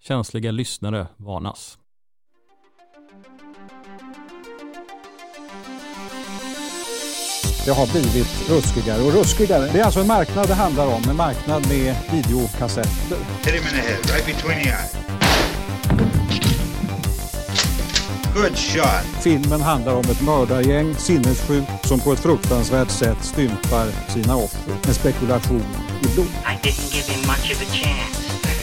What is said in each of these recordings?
Känsliga lyssnare varnas. Det har blivit ruskigare och ruskigare. Det är alltså en marknad det handlar om. En marknad med videokassetter. Hit him in the head, right between the eyes. Good shot. Filmen handlar om ett mördargäng, sinnessjukt, som på ett fruktansvärt sätt stympar sina offer med spekulation i blod. I didn't give him much of a chance.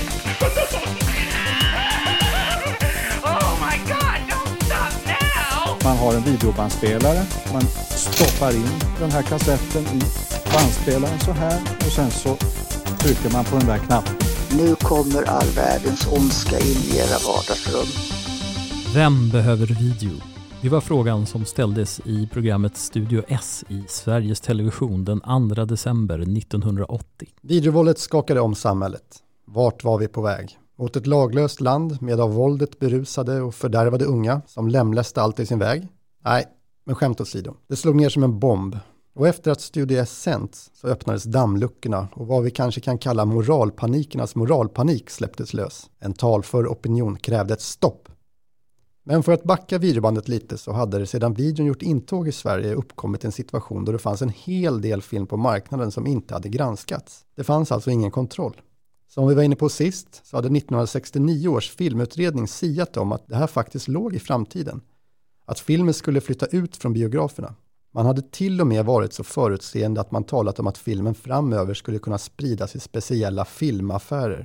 Oh my God, don't stop now! Man har en videobandspelare, man stoppar in den här kassetten i bandspelaren så här och sen så trycker man på den där knappen. Nu kommer all världens ondska in i era vardagsrum. Vem behöver video? Det var frågan som ställdes i programmet Studio S i Sveriges Television den 2 december 1980. Videovåldet skakade om samhället. Vart var vi på väg? Mot ett laglöst land med av våldet berusade och fördärvade unga som lämläste allt i sin väg? Nej, men skämt åsido. Det slog ner som en bomb. Och efter att Studio S sänts så öppnades dammluckorna och vad vi kanske kan kalla moralpanikernas moralpanik släpptes lös. En talför opinion krävde ett stopp. Men för att backa videobandet lite så hade det sedan videon gjort intåg i Sverige uppkommit en situation då det fanns en hel del film på marknaden som inte hade granskats. Det fanns alltså ingen kontroll. Som vi var inne på sist så hade 1969 års filmutredning siat om att det här faktiskt låg i framtiden. Att filmen skulle flytta ut från biograferna. Man hade till och med varit så förutseende att man talat om att filmen framöver skulle kunna spridas i speciella filmaffärer.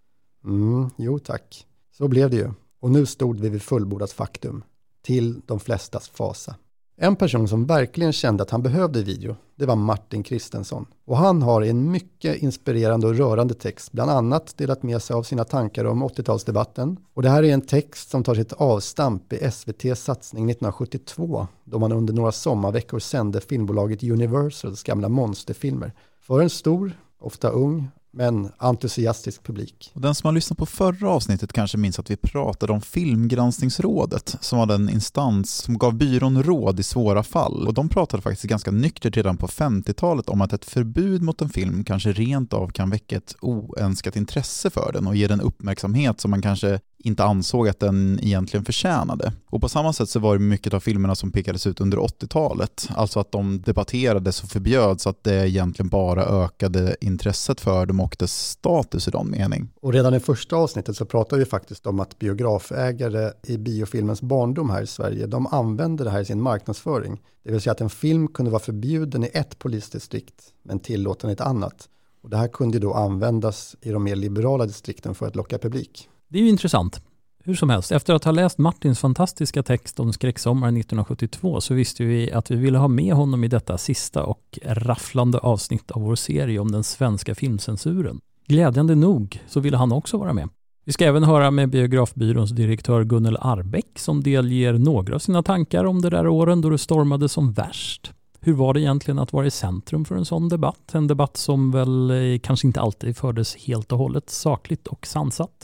Jo tack. Så blev det ju. Och nu stod vi vid fullbordat faktum. Till de flestas fasa. En person som verkligen kände att han behövde video, det var Martin Kristensson. Och han har i en mycket inspirerande och rörande text bland annat delat med sig av sina tankar om 80-talsdebatten. Och det här är en text som tar sitt avstamp i SVT:s satsning 1972 då man under några sommarveckor sände filmbolaget Universals gamla monsterfilmer. För en stor, ofta ung, men entusiastisk publik. Och den som har lyssnat på förra avsnittet kanske minns att vi pratade om Filmgranskningsrådet som var den instans som gav byrån råd i svåra fall. Och de pratade faktiskt ganska nyktert redan på 50-talet om att ett förbud mot en film kanske rent av kan väcka ett oönskat intresse för den och ge den uppmärksamhet som man kanske inte ansåg att den egentligen förtjänade. Och på samma sätt så var det mycket av filmerna som pekades ut under 80-talet. Alltså att de debatterades och förbjöds så att det egentligen bara ökade intresset för dem och dess status i någon mening. Och redan i första avsnittet så pratade vi faktiskt om att biografägare i biofilmens barndom här i Sverige, de använde det här i sin marknadsföring. Det vill säga att en film kunde vara förbjuden i ett polisdistrikt men tillåten i ett annat. Och det här kunde då användas i de mer liberala distrikten för att locka publik. Det är ju intressant. Hur som helst, efter att ha läst Martins fantastiska text om skräcksommaren 1972 så visste vi att vi ville ha med honom i detta sista och rafflande avsnitt av vår serie om den svenska filmcensuren. Glädjande nog så ville han också vara med. Vi ska även höra med biografbyråns direktör Gunnel Arbeck som delger några av sina tankar om det där åren då det stormade som värst. Hur var det egentligen att vara i centrum för en sån debatt? En debatt som väl kanske inte alltid fördes helt och hållet sakligt och sansat.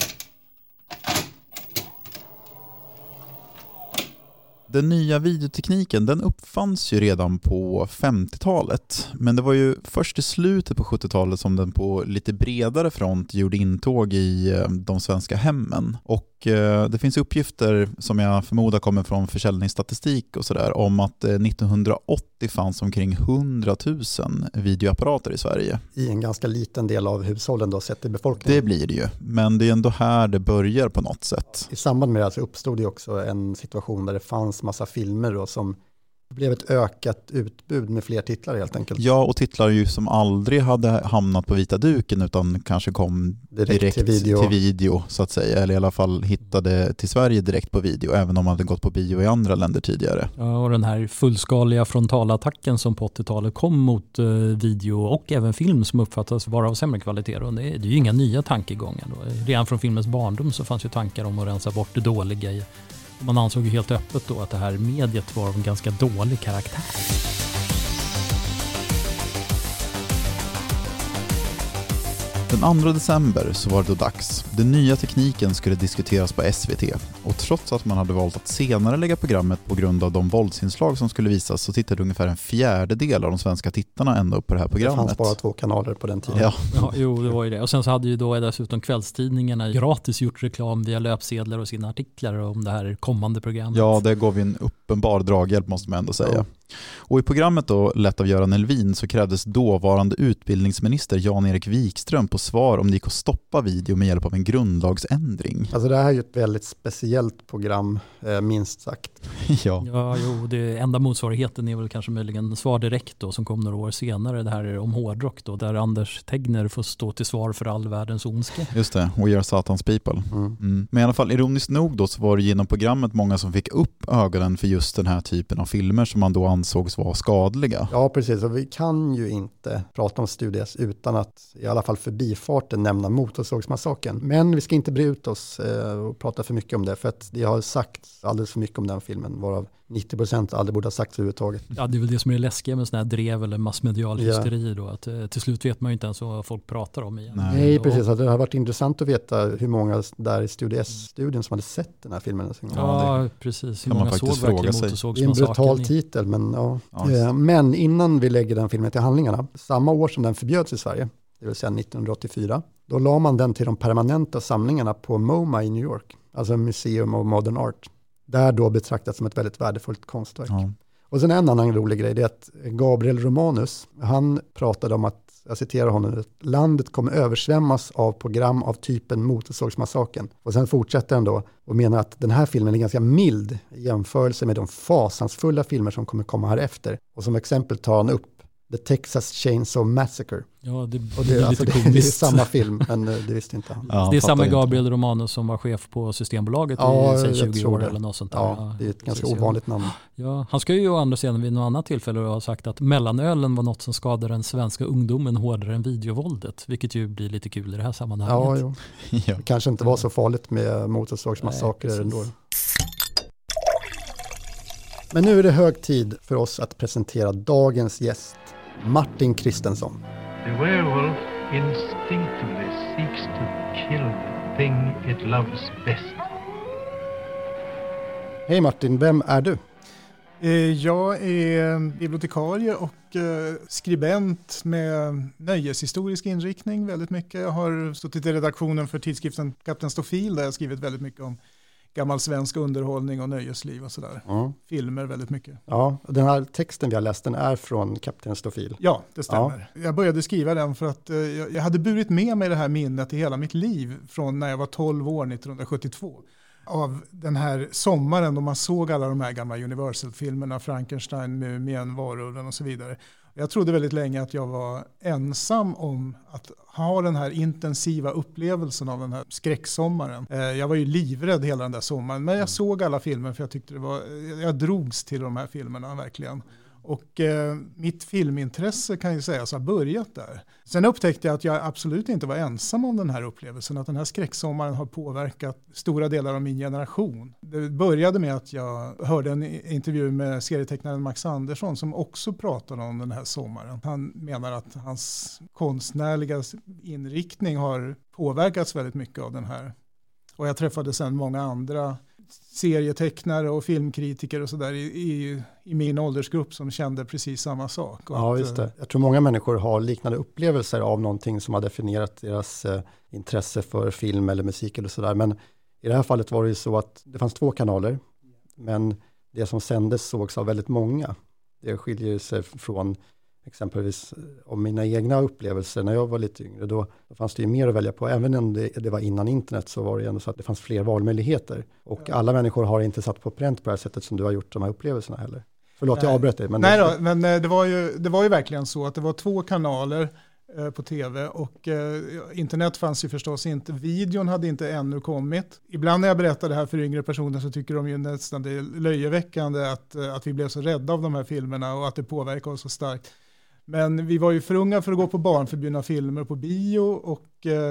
Den nya videotekniken den uppfanns ju redan på 50-talet. Men det var ju först i slutet på 70-talet som den på lite bredare front gjorde intåg i de svenska hemmen. Och det finns uppgifter som jag förmodar kommer från försäljningsstatistik och sådär om att 1980 fanns omkring 100 000 videoapparater i Sverige. I en ganska liten del av hushållen då sett i befolkningen. Det blir det ju, men det är ändå här det börjar på något sätt. I samband med det så uppstod det också en situation där det fanns massa filmer då som blev ett ökat utbud med fler titlar helt enkelt. Ja, och titlar ju som aldrig hade hamnat på vita duken utan kanske kom direkt till video så att säga. Eller i alla fall hittade till Sverige direkt på video även om man hade gått på bio i andra länder tidigare. Ja, och den här fullskaliga frontalattacken som på 80-talet kom mot video och även film som uppfattas vara av sämre kvalitet. Och det är ju inga nya tankegångar då. Redan från filmens barndom så fanns ju tankar om att rensa bort det dåliga i. Man ansåg ju helt öppet då att det här mediet var av en ganska dålig karaktär. Den 2 december så var det då dags. Den nya tekniken skulle diskuteras på SVT. Och trots att man hade valt att senare lägga programmet på grund av de våldsinslag som skulle visas så tittade ungefär 1/4 av de svenska tittarna ändå upp på det här programmet. Det fanns bara 2 kanaler på den tiden. Ja. Ja, jo, det var ju det. Och sen så hade ju då dessutom kvällstidningarna gratis gjort reklam via löpsedlar och sina artiklar om det här kommande programmet. Ja, det gav ju en uppenbar draghjälp måste man ändå säga. Ja. Och i programmet då, lett av Göran Elvin, så krävdes dåvarande utbildningsminister Jan-Erik Wikström på svar om det gick att stoppa video med hjälp av en grundlagsändring. Alltså det här är ju ett väldigt speciellt program, minst sagt. Ja, jo, det enda motsvarigheten är väl kanske möjligen Svar direkt då, som kom några år senare. Det här är om hårdrock då, där Anders Tegner får stå till svar för all världens ondska. Just det, We Are Satans People. Men i alla fall, ironiskt nog då, så var det genom programmet många som fick upp ögonen för just den här typen av filmer som man då ansågs vara skadliga. Ja, precis. Och vi kan ju inte prata om Studies utan att i alla fall förbifarten nämna Motorsågsmassakern. Men vi ska inte bre ut oss och prata för mycket om det, för att det har sagts alldeles för mycket om den filmen, varav 90% aldrig borde ha sagts överhuvudtaget. Ja, det är väl det som är det läskiga med sån här drev eller massmedial hysteri då, att till slut vet man ju inte ens vad folk pratar om igen. Nej, precis. Det har varit intressant att veta hur många där i Studies-studien som hade sett den här filmen. Ja, precis. Hur många såg verkligen Motorsågsmassakern? Det är en brutal titel, men ja. Men innan vi lägger den filmen till handlingarna, samma år som den förbjöds i Sverige, det vill säga 1984, då la man den till de permanenta samlingarna på MoMA i New York, alltså Museum of Modern Art, där då betraktats som ett väldigt värdefullt konstverk. Ja. Och sen en annan rolig grej, det är att Gabriel Romanus, han pratade om att, jag citerar honom, att landet kommer översvämmas av program av typen Motorsågsmassakern. Och sen fortsätter han då och menar att den här filmen är ganska mild i jämförelse med de fasansfulla filmer som kommer komma här efter. Och som exempel tar han upp The Texas Chainsaw Massacre. Ja, det är lite komiskt. Det är samma film, men det visste inte han. Ja, det är samma Gabriel Romanus som var chef på Systembolaget i 20 år eller något sånt där. Ja, det är ett ganska ovanligt namn. Ja, han ska ju å andra sidan vid något annat tillfälle ha sagt att mellanölen var något som skadade den svenska ungdomen hårdare än videovåldet, vilket ju blir lite kul i det här sammanhanget. Ja. Det kanske inte var så farligt med Motorsågsmassakrer ändå. Men nu är det hög tid för oss att presentera dagens gäst, Martin Kristensson. The werewolf instinctively seeks to kill the thing it loves best. Hej Martin, vem är du? Jag är bibliotekarie och skribent med nöjeshistorisk inriktning väldigt mycket. Jag har suttit i redaktionen för tidskriften Kapten Stofil där jag skrivit väldigt mycket om gammal svensk underhållning och nöjesliv och sådär. Filmer väldigt mycket. Ja, den här texten vi har läst, den är från Kapten Stofil. Ja, det stämmer. Ja. Jag började skriva den för att jag hade burit med mig det här minnet i hela mitt liv från när jag var 12 år 1972. Av den här sommaren då man såg alla de här gamla Universal-filmerna, Frankenstein, Mumien, Varulven och så vidare. Jag trodde väldigt länge att jag var ensam om att ha den här intensiva upplevelsen av den här skräcksommaren. Jag var ju livrädd hela den där sommaren, men jag såg alla filmer för jag tyckte jag drogs till de här filmerna verkligen. Och mitt filmintresse kan ju sägas ha börjat där. Sen upptäckte jag att jag absolut inte var ensam om den här upplevelsen. Att den här skräcksommaren har påverkat stora delar av min generation. Det började med att jag hörde en intervju med serietecknaren Max Andersson som också pratade om den här sommaren. Han menar att hans konstnärliga inriktning har påverkats väldigt mycket av den här. Och jag träffade sen många andra serietecknare och filmkritiker och sådär i min åldersgrupp som kände precis samma sak. Ja, just det. Jag tror många människor har liknande upplevelser av någonting som har definierat deras intresse för film eller musik eller sådär. Men i det här fallet var det ju så att det fanns 2 kanaler, men det som sändes sågs av väldigt många. Det skiljer sig från exempelvis om mina egna upplevelser när jag var lite yngre. Då fanns det ju mer att välja på. Även om det var innan internet så var det ändå så att det fanns fler valmöjligheter. Och alla människor har inte satt på pränt på det här sättet som du har gjort de här upplevelserna heller. Förlåt, jag avbröt dig. Men det var ju verkligen så att det var 2 kanaler på tv och internet fanns ju förstås inte. Videon hade inte ännu kommit. Ibland när jag berättar det här för yngre personer så tycker de ju nästan det är löjeväckande att vi blev så rädda av de här filmerna och att det påverkar oss så starkt. Men vi var ju för unga för att gå på barnförbjudna filmer på bio och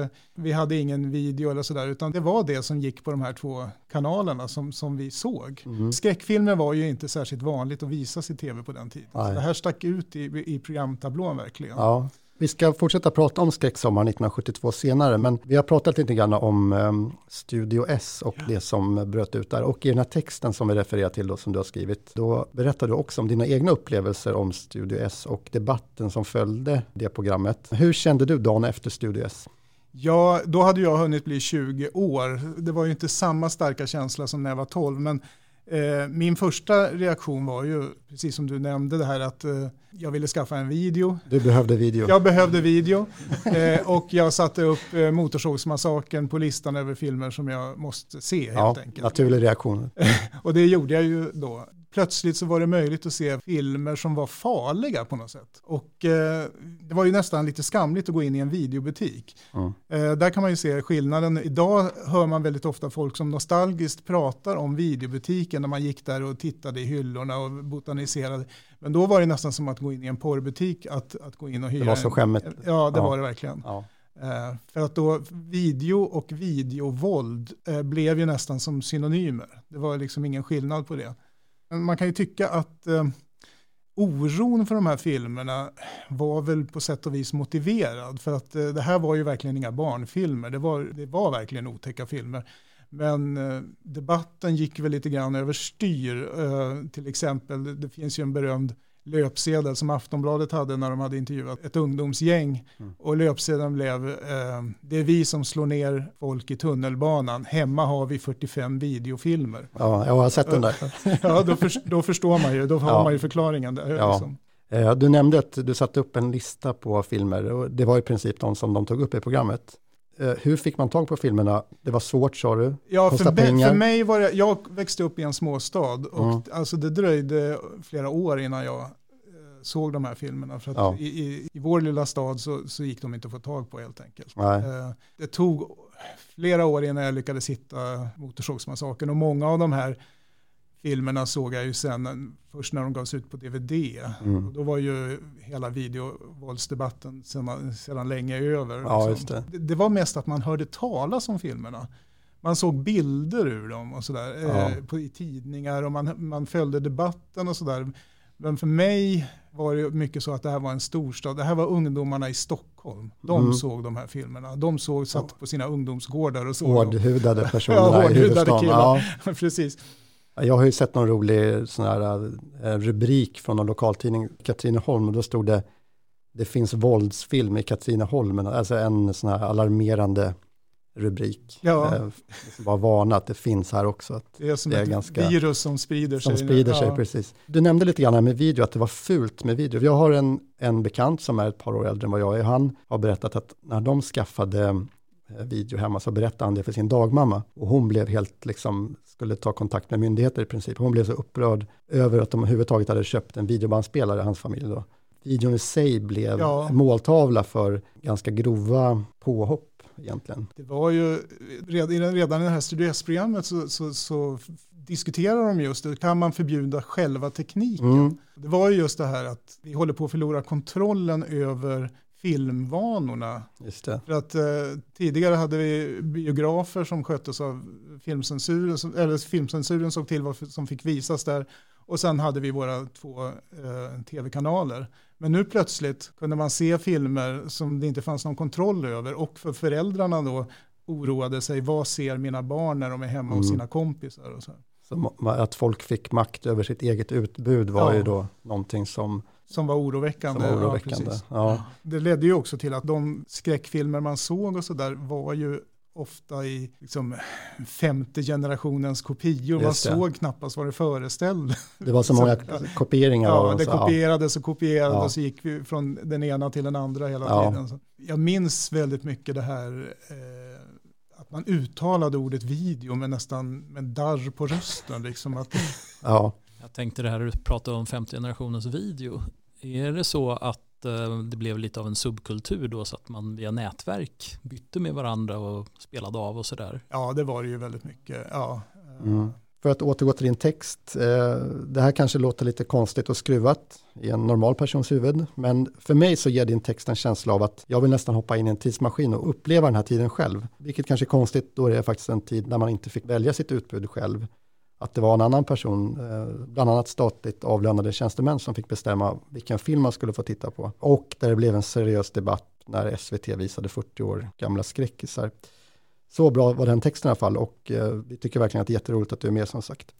vi hade ingen video eller sådär utan det var det som gick på de här 2 kanalerna som vi såg. Skräckfilmer var ju inte särskilt vanligt att visas i tv på den tiden. Så det här stack ut i programtablån verkligen. Ja. Vi ska fortsätta prata om Skräcksommaren 1972 senare, men vi har pratat lite grann om Studio S och det som bröt ut där. Och i den här texten som vi refererar till då, som du har skrivit, då berättar du också om dina egna upplevelser om Studio S och debatten som följde det programmet. Hur kände du dagen efter Studio S? Ja, då hade jag hunnit bli 20 år. Det var ju inte samma starka känsla som när jag var 12, men min första reaktion var ju, precis som du nämnde, det här att jag ville skaffa en video. Du behövde video. Jag behövde video och jag satte upp Motorsågsmassakern på listan över filmer som jag måste se helt enkelt. Naturlig reaktion. Och det gjorde jag ju då. Plötsligt så var det möjligt att se filmer som var farliga på något sätt. Och det var ju nästan lite skamligt att gå in i en videobutik. Där kan man ju se skillnaden. Idag hör man väldigt ofta folk som nostalgiskt pratar om videobutiken när man gick där och tittade i hyllorna och botaniserade. Men då var det nästan som att gå in i en porrbutik att gå in och hyra. Det var så skämmigt. Ja, det var det verkligen. Ja. För att då video och videovåld blev ju nästan som synonymer. Det var liksom ingen skillnad på det. Man kan ju tycka att oron för de här filmerna var väl på sätt och vis motiverad. För att det här var ju verkligen inga barnfilmer. Det var verkligen otäcka filmer. Men debatten gick väl lite grann överstyr. Till exempel, det finns ju en berömd löpsedel som Aftonbladet hade när de hade intervjuat ett ungdomsgäng. Och löpsedeln blev det är vi som slår ner folk i tunnelbanan. Hemma har vi 45 videofilmer. Ja, jag har sett den där. Ja, då förstår man ju. Då har man ju förklaringen där. Ja. Liksom. Du nämnde att du satte upp en lista på filmer och det var i princip de som de tog upp i programmet. Hur fick man tag på filmerna? Det var svårt, sa du? Ja, för mig var det, jag växte upp i en småstad och alltså det dröjde flera år innan jag såg de här filmerna. För att i vår lilla stad så gick de inte att få tag på helt enkelt. Det tog flera år innan jag lyckades hitta Motorsågsmassakern och många av de här filmerna såg jag ju sen först när de gavs ut på DVD. Och då var ju hela videovåldsdebatten sedan länge över. Ja, liksom. just det. Det var mest att man hörde talas om filmerna. Man såg bilder ur dem och sådär i tidningar och man följde debatten och sådär. Men för mig var det mycket så att det här var en storstad. Det här var ungdomarna i Stockholm. De såg de här filmerna. De satt på sina ungdomsgårdar och såg hårdhudade personer hårdhudade i huvudstaden. killar. Ja. Precis. Jag har ju sett någon rolig sån här rubrik från en lokaltidning, Katrineholm, och då stod det finns våldsfilm i Katrineholm, alltså en sån här alarmerande rubrik. Ja. Bara varna att det finns här också. Att det är som ett ganska virus som sprider sig. Som sprider sig, precis. Du nämnde lite grann med video, att det var fult med video. Jag har en bekant som är ett par år äldre än vad jag är. Han har berättat att när de skaffade video hemma så berättade han det för sin dagmamma. Och hon blev helt skulle ta kontakt med myndigheter i princip. Hon blev så upprörd över att de överhuvudtaget hade köpt en videobandspelare, hans familj då. Videon i sig blev måltavla för ganska grova påhopp egentligen. Det var ju redan i det här Studio S-programmet så diskuterar de just det. Kan man förbjuda själva tekniken? Det var ju just det här att vi håller på att förlora kontrollen över filmvanorna. Just det. För att tidigare hade vi biografer som sköttes av filmcensuren, eller filmcensuren såg till vad som fick visas där, och sen hade vi våra 2 tv-kanaler. Men nu plötsligt kunde man se filmer som det inte fanns någon kontroll över, och för föräldrarna då oroade sig, vad ser mina barn när de är hemma hos sina kompisar och så. Så att folk fick makt över sitt eget utbud var ju då någonting som var oroväckande. Ja. Det ledde ju också till att de skräckfilmer man såg och så där var ju ofta i 5:e generationens kopior. Man såg knappast vad det föreställde. Det var så många kopieringar. Ja, det kopierades och kopierades och så gick vi från den ena till den andra hela tiden. Så jag minns väldigt mycket det här att man uttalade ordet video med nästan med darr på rösten. Jag tänkte det här du pratade om 5:e generationens video. Är det så att det blev lite av en subkultur då, så att man via nätverk bytte med varandra och spelade av och sådär? Ja, det var det ju väldigt mycket. Ja. För att återgå till din text, det här kanske låter lite konstigt och skruvat i en normal persons huvud, men för mig så ger din text en känsla av att jag vill nästan hoppa in i en tidsmaskin och uppleva den här tiden själv. Vilket kanske är konstigt, då är det faktiskt en tid när man inte fick välja sitt utbud själv. att det var en annan person, bland annat statligt avlönade tjänstemän som fick bestämma vilken film man skulle få titta på. Och där det blev en seriös debatt när SVT visade 40 år gamla skräckisar. Så bra var den texten i alla fall och vi tycker verkligen att det är jätteroligt att du är med som sagt.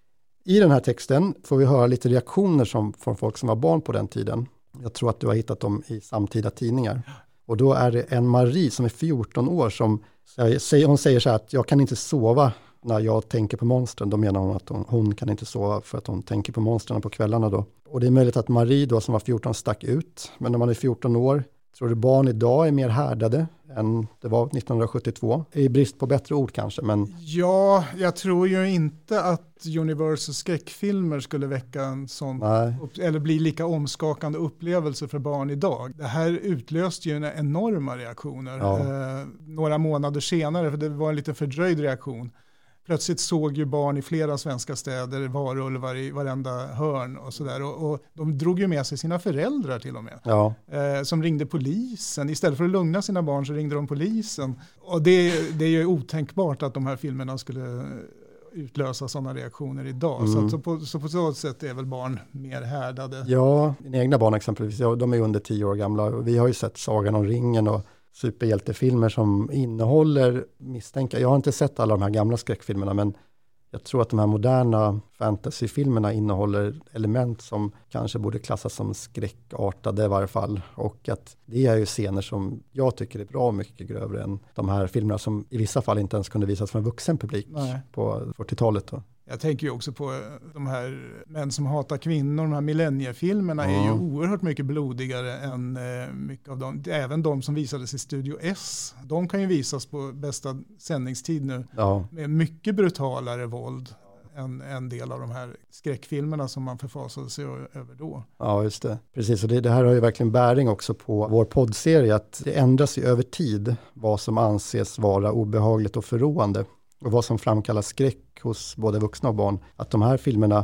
I den här texten får vi höra lite reaktioner från folk som var barn på den tiden. Jag tror att du har hittat dem i samtida tidningar. Och då är det en Marie som är 14 år som hon säger så här att jag kan inte sova när jag tänker på monstren. Då menar hon att hon kan inte sova för att hon tänker på monstren på kvällarna då. Och det är möjligt att Marie då som var 14 stack ut. Men när man är 14 år, tror du barn idag är mer härdade än det var 1972? I brist på bättre ord kanske, men... Ja, jag tror ju inte att Universal skräckfilmer skulle väcka en sån... eller bli lika omskakande upplevelse för barn idag. Det här utlöste ju enorma reaktioner. Ja. Några månader senare, för det var en lite fördröjd reaktion. Plötsligt såg ju barn i flera svenska städer varulvar i varenda hörn och sådär. Och de drog ju med sig sina föräldrar till och med. Ja. Som ringde polisen. Istället för att lugna sina barn så ringde de polisen. Och det är ju otänkbart att de här filmerna skulle utlösa sådana reaktioner idag. Så på så sätt är väl barn mer härdade. Ja, mina egna barn exempelvis, de är under 10 år gamla. Vi har ju sett Sagan om ringen och superhjältefilmer som innehåller jag har inte sett alla de här gamla skräckfilmerna, men jag tror att de här moderna fantasyfilmerna innehåller element som kanske borde klassas som skräckartade i varje fall, och att det är ju scener som jag tycker är bra mycket grövre än de här filmerna som i vissa fall inte ens kunde visas för en vuxen publik på 40-talet då. Jag tänker ju också på de här män som hatar kvinnor, de här millenniefilmerna är ju oerhört mycket blodigare än mycket av dem. Även de som visades i Studio S, de kan ju visas på bästa sändningstid nu med mycket brutalare våld än en del av de här skräckfilmerna som man förfasade sig över då. Ja, just det. Precis, och det här har ju verkligen bäring också på vår poddserie, att det ändras ju över tid vad som anses vara obehagligt och förråande. Och vad som framkallar skräck hos både vuxna och barn. Att de här filmerna,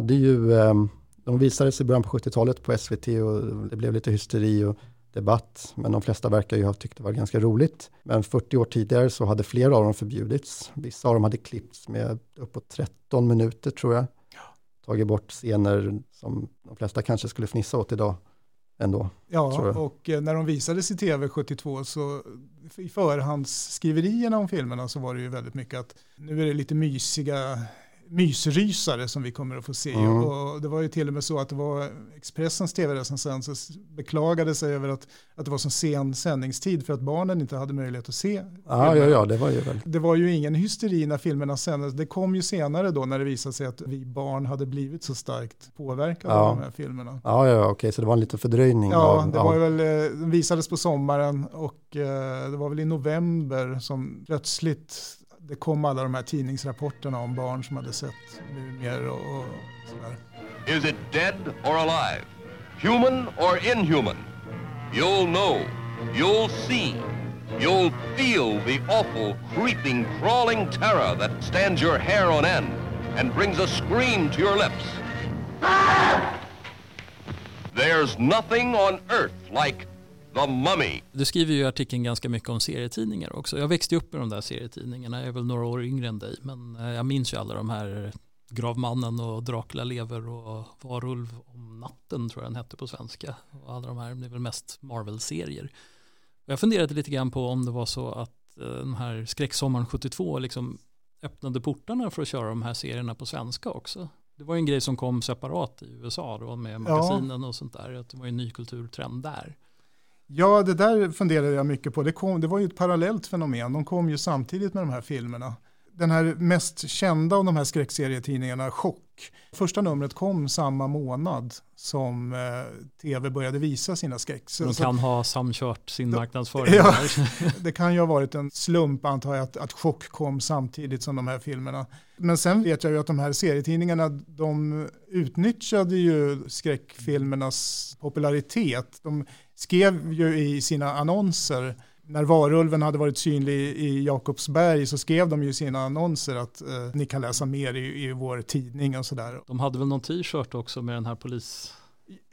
de visades i början på 70-talet på SVT och det blev lite hysteri och debatt. Men de flesta verkar ju ha tyckt det var ganska roligt. Men 40 år tidigare så hade flera av dem förbjudits. Vissa av dem hade klippts med uppåt 13 minuter tror jag. Tagit bort scener som de flesta kanske skulle fnissa åt idag. Ändå, ja, och när de visades i tv 72 så i förhandsskriverierna om filmerna så var det ju väldigt mycket att nu är det lite mysrysare som vi kommer att få se. Och det var ju till och med så att det var Expressens tv-recensent som beklagade sig över att det var så sen sändningstid för att barnen inte hade möjlighet att se. Ja, det var ju väl. Det var ju ingen hysteri när filmerna sändes. Det kom ju senare då när det visade sig att vi barn hade blivit så starkt påverkade av de här filmerna. Ja, okej, så det var en liten fördröjning. Var ju väl, de visades på sommaren och det var väl i november som plötsligt det kom alla de här tidningsrapporterna om barn som hade sett mumier och sådär. Is it dead or alive? Human or inhuman? You'll know. You'll see. You'll feel the awful, creeping, crawling terror that stands your hair on end and brings a scream to your lips. There's nothing on earth like The Mummy. Du skriver ju i artikeln ganska mycket om serietidningar också. Jag växte upp med de där serietidningarna. Jag är väl några år yngre än dig. Men jag minns ju alla de här Gravmannen och Dracula lever och Varulv om natten tror jag den hette på svenska. Och alla de här, det är väl mest Marvel-serier. Och jag funderade lite grann på om det var så att den här skräcksommaren 72 liksom öppnade portarna för att köra de här serierna på svenska också. Det var en grej som kom separat i USA då med magasinen och sånt där. Att det var en ny kulturtrend där. Ja, det där funderade jag mycket på. Det var ju ett parallellt fenomen. De kom ju samtidigt med de här filmerna. Den här mest kända av de här skräckserietidningarna, Chock. Första numret kom samma månad som tv började visa sina skräck. De kan ha samkört sin marknadsföring. Ja, det kan ju ha varit en slump antar jag att Chock kom samtidigt som de här filmerna. Men sen vet jag ju att de här serietidningarna, de utnyttjade ju skräckfilmernas popularitet. De skrev ju i sina annonser, när varulven hade varit synlig i Jakobsberg så skrev de ju sina annonser att ni kan läsa mer i vår tidning och sådär. De hade väl någon t-shirt också med den här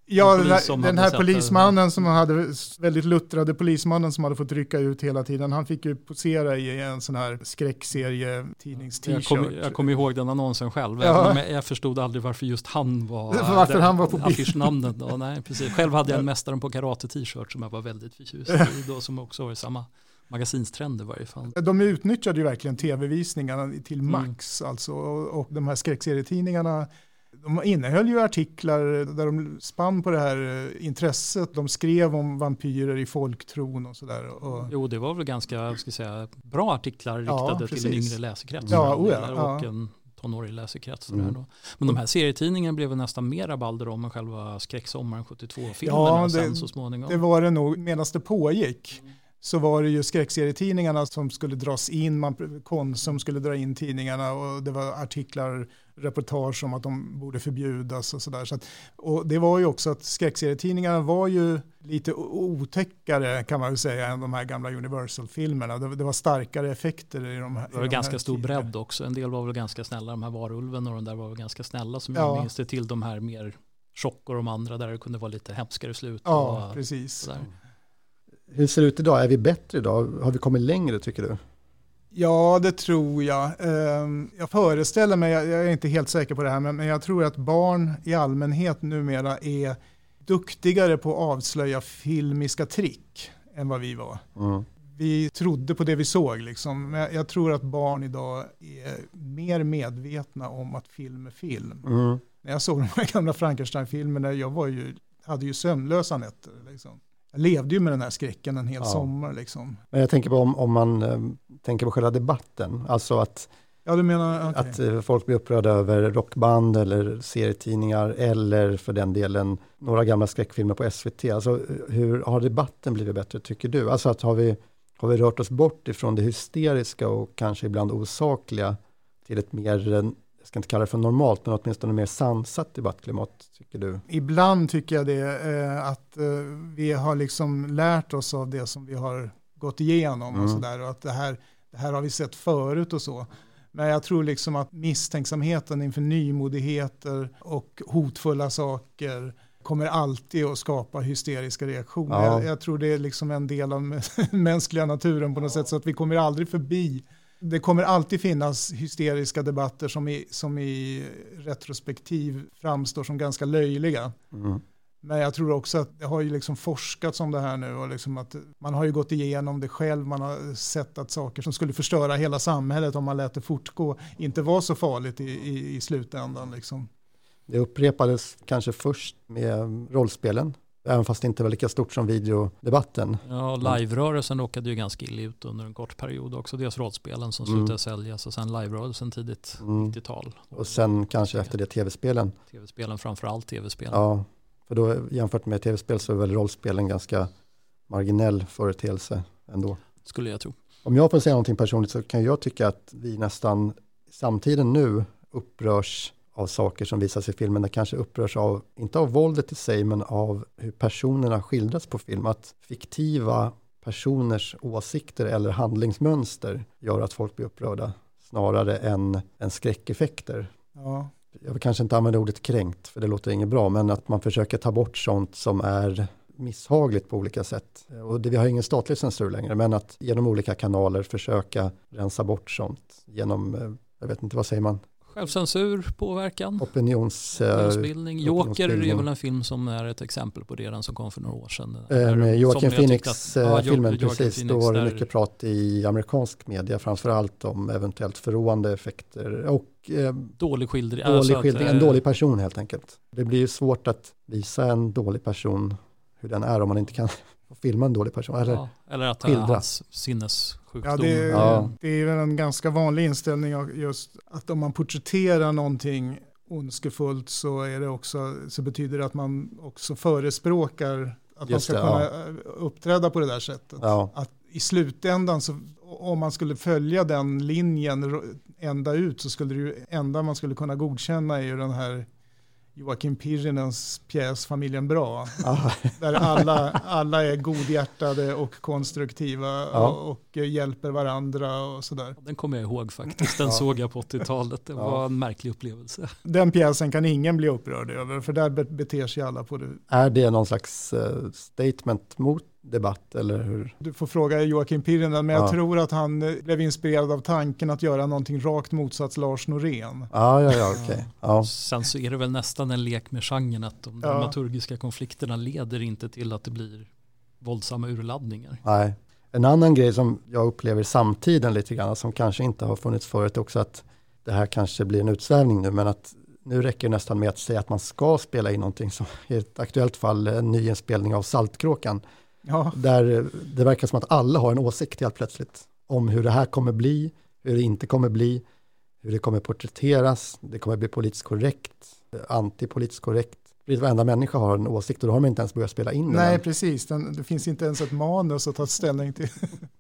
Ja, den här polismannen som hade, väldigt luttrade polismannen som hade fått rycka ut hela tiden, han fick ju posera i en sån här skräckserie tidnings-t-shirt. Jag kommer ihåg den annonsen själv, även om jag förstod aldrig varför just han var, han var på affischnamnet. Nej, precis. Själv hade jag en Mästaren på karate-t-shirt som jag var väldigt förtjust i då, som också var i samma magasinstrend i varje fall. De utnyttjade ju verkligen tv-visningarna till max, alltså, och de här skräckserietidningarna, de innehöll ju artiklar där de spann på det här intresset. De skrev om vampyrer i folktron och sådär. Jo, det var väl ganska bra artiklar riktade till en yngre läsekrets. Och en tonårig läsekrets. Men de här serietidningarna blev nästan mer rabalder om än själva skräcksommaren 72-filmerna sen så småningom. Det var det nog medan det pågick. Så var det ju skräckserietidningarna som skulle dras in, Konsum skulle dra in tidningarna och det var artiklar, reportage om att de borde förbjudas och sådär. Och det var ju också att skräckserietidningarna var ju lite otäckare kan man väl säga än de här gamla Universal-filmerna. Det var starkare effekter i de här. Det var ganska stor bredd också. En del var väl ganska snälla, de här varulven och de där var väl ganska snälla som jag minns det, till de här mer chock och de andra där det kunde vara lite hemskare slut. Ja, precis. Sådär. Hur ser det ut idag? Är vi bättre idag? Har vi kommit längre tycker du? Ja, det tror jag. Jag föreställer mig, jag är inte helt säker på det här, men jag tror att barn i allmänhet numera är duktigare på att avslöja filmiska trick än vad vi var. Vi trodde på det vi såg liksom. Men jag tror att barn idag är mer medvetna om att film är film. När jag såg de här gamla Frankenstein-filmerna, hade ju sömnlösa nätter liksom. Jag levde ju med den här skräcken en hel sommar. Liksom. Men jag tänker på om man tänker på själva debatten. Alltså att, du menar, att folk blir upprörda över rockband eller serietidningar eller för den delen några gamla skräckfilmer på SVT. Alltså, hur har debatten blivit bättre tycker du? Alltså att har vi rört oss bort ifrån det hysteriska och kanske ibland osakliga till ett mer, jag ska inte kalla det för normalt, men åtminstone mer sansat debattklimat, tycker du? Ibland tycker jag det, att vi har liksom lärt oss av det som vi har gått igenom och sådär, och att det här har vi sett förut och så. Men jag tror liksom att misstänksamheten inför nymodigheter och hotfulla saker kommer alltid att skapa hysteriska reaktioner. Ja. Jag tror det är liksom en del av mänskliga naturen på något sätt, så att vi kommer aldrig förbi. Det kommer alltid finnas hysteriska debatter som i retrospektiv framstår som ganska löjliga. Men jag tror också att det har ju liksom forskats om det här nu, och liksom att man har ju gått igenom det själv. Man har sett att saker som skulle förstöra hela samhället om man lät det fortgå inte var så farligt i slutändan. Liksom. Det upprepades kanske först med rollspelen. Även fast det inte var lika stort som videodebatten. Ja, live-rörelsen råkade ju ganska illa ut under en kort period också. Dels rollspelen som slutade säljas och sen live-rörelsen tidigt 90-tal. Och sen kanske efter det tv-spelen. Tv-spelen, framförallt tv-spelen. Ja, för då jämfört med tv-spel så är väl rollspelen ganska marginell företeelse ändå. Skulle jag tro. Om jag får säga någonting personligt så kan jag tycka att vi nästan samtiden nu upprörs av saker som visas i filmen. Det kanske upprörs av, inte av våldet i sig, men av hur personerna skildras på film. Att fiktiva personers åsikter eller handlingsmönster gör att folk blir upprörda snarare än skräckeffekter. Ja. Jag vill kanske inte använda ordet kränkt, för det låter inget bra, men att man försöker ta bort sånt som är misshagligt på olika sätt. Och vi har ingen statlig censur längre, men att genom olika kanaler försöka rensa bort sånt genom, jag vet inte, vad säger man? Självcensur, påverkan, opinionsbildning. Joker är väl en film som är ett exempel på det, den som kom för några år sedan. Med Joaquin Phoenix-filmen, Joaquin precis. Phoenix, då var det mycket prat i amerikansk media, framförallt om eventuellt förråande effekter och dålig skildring. En dålig person helt enkelt. Det blir ju svårt att visa en dålig person hur den är om man inte kan filma en dålig person. Eller att det är hans sinnessjukdom. Det är väl en ganska vanlig inställning just att om man porträtterar någonting ondskefullt så betyder det att man också förespråkar att man ska kunna uppträda på det där sättet. Ja. Att i slutändan, så, om man skulle följa den linjen ända ut, så skulle det ju enda man skulle kunna godkänna är ju den här Joakim Pirinens pjäs Familjen Bra. Ah. Där alla är godhjärtade och konstruktiva och hjälper varandra och sådär. Den kommer jag ihåg faktiskt. Den såg jag på 80-talet. Det var en märklig upplevelse. Den pjäsen kan ingen bli upprörd över, för där beter sig alla på det. Är det någon slags statement mot debatt eller hur? Du får fråga Joakim Pirinen, men jag tror att han blev inspirerad av tanken att göra någonting rakt motsats Lars Norén. Okej. Ja. Sen så är det väl nästan en lek med genren att de dramaturgiska konflikterna leder inte till att det blir våldsamma urladdningar. Nej. En annan grej som jag upplever i samtiden lite grann, som kanske inte har funnits förut också, att det här kanske blir en utsvävning nu, men att nu räcker det nästan med att säga att man ska spela in någonting, som i ett aktuellt fall en nyinspelning av Saltkråkan. Ja. Där det verkar som att alla har en åsikt helt plötsligt om hur det här kommer bli, hur det inte kommer bli, hur det kommer porträtteras, det kommer bli politiskt korrekt, antipolitiskt korrekt. Varenda människa har en åsikt och då har man inte ens börjat spela in den. Nej, precis. Det finns inte ens ett manus att ta ställning till.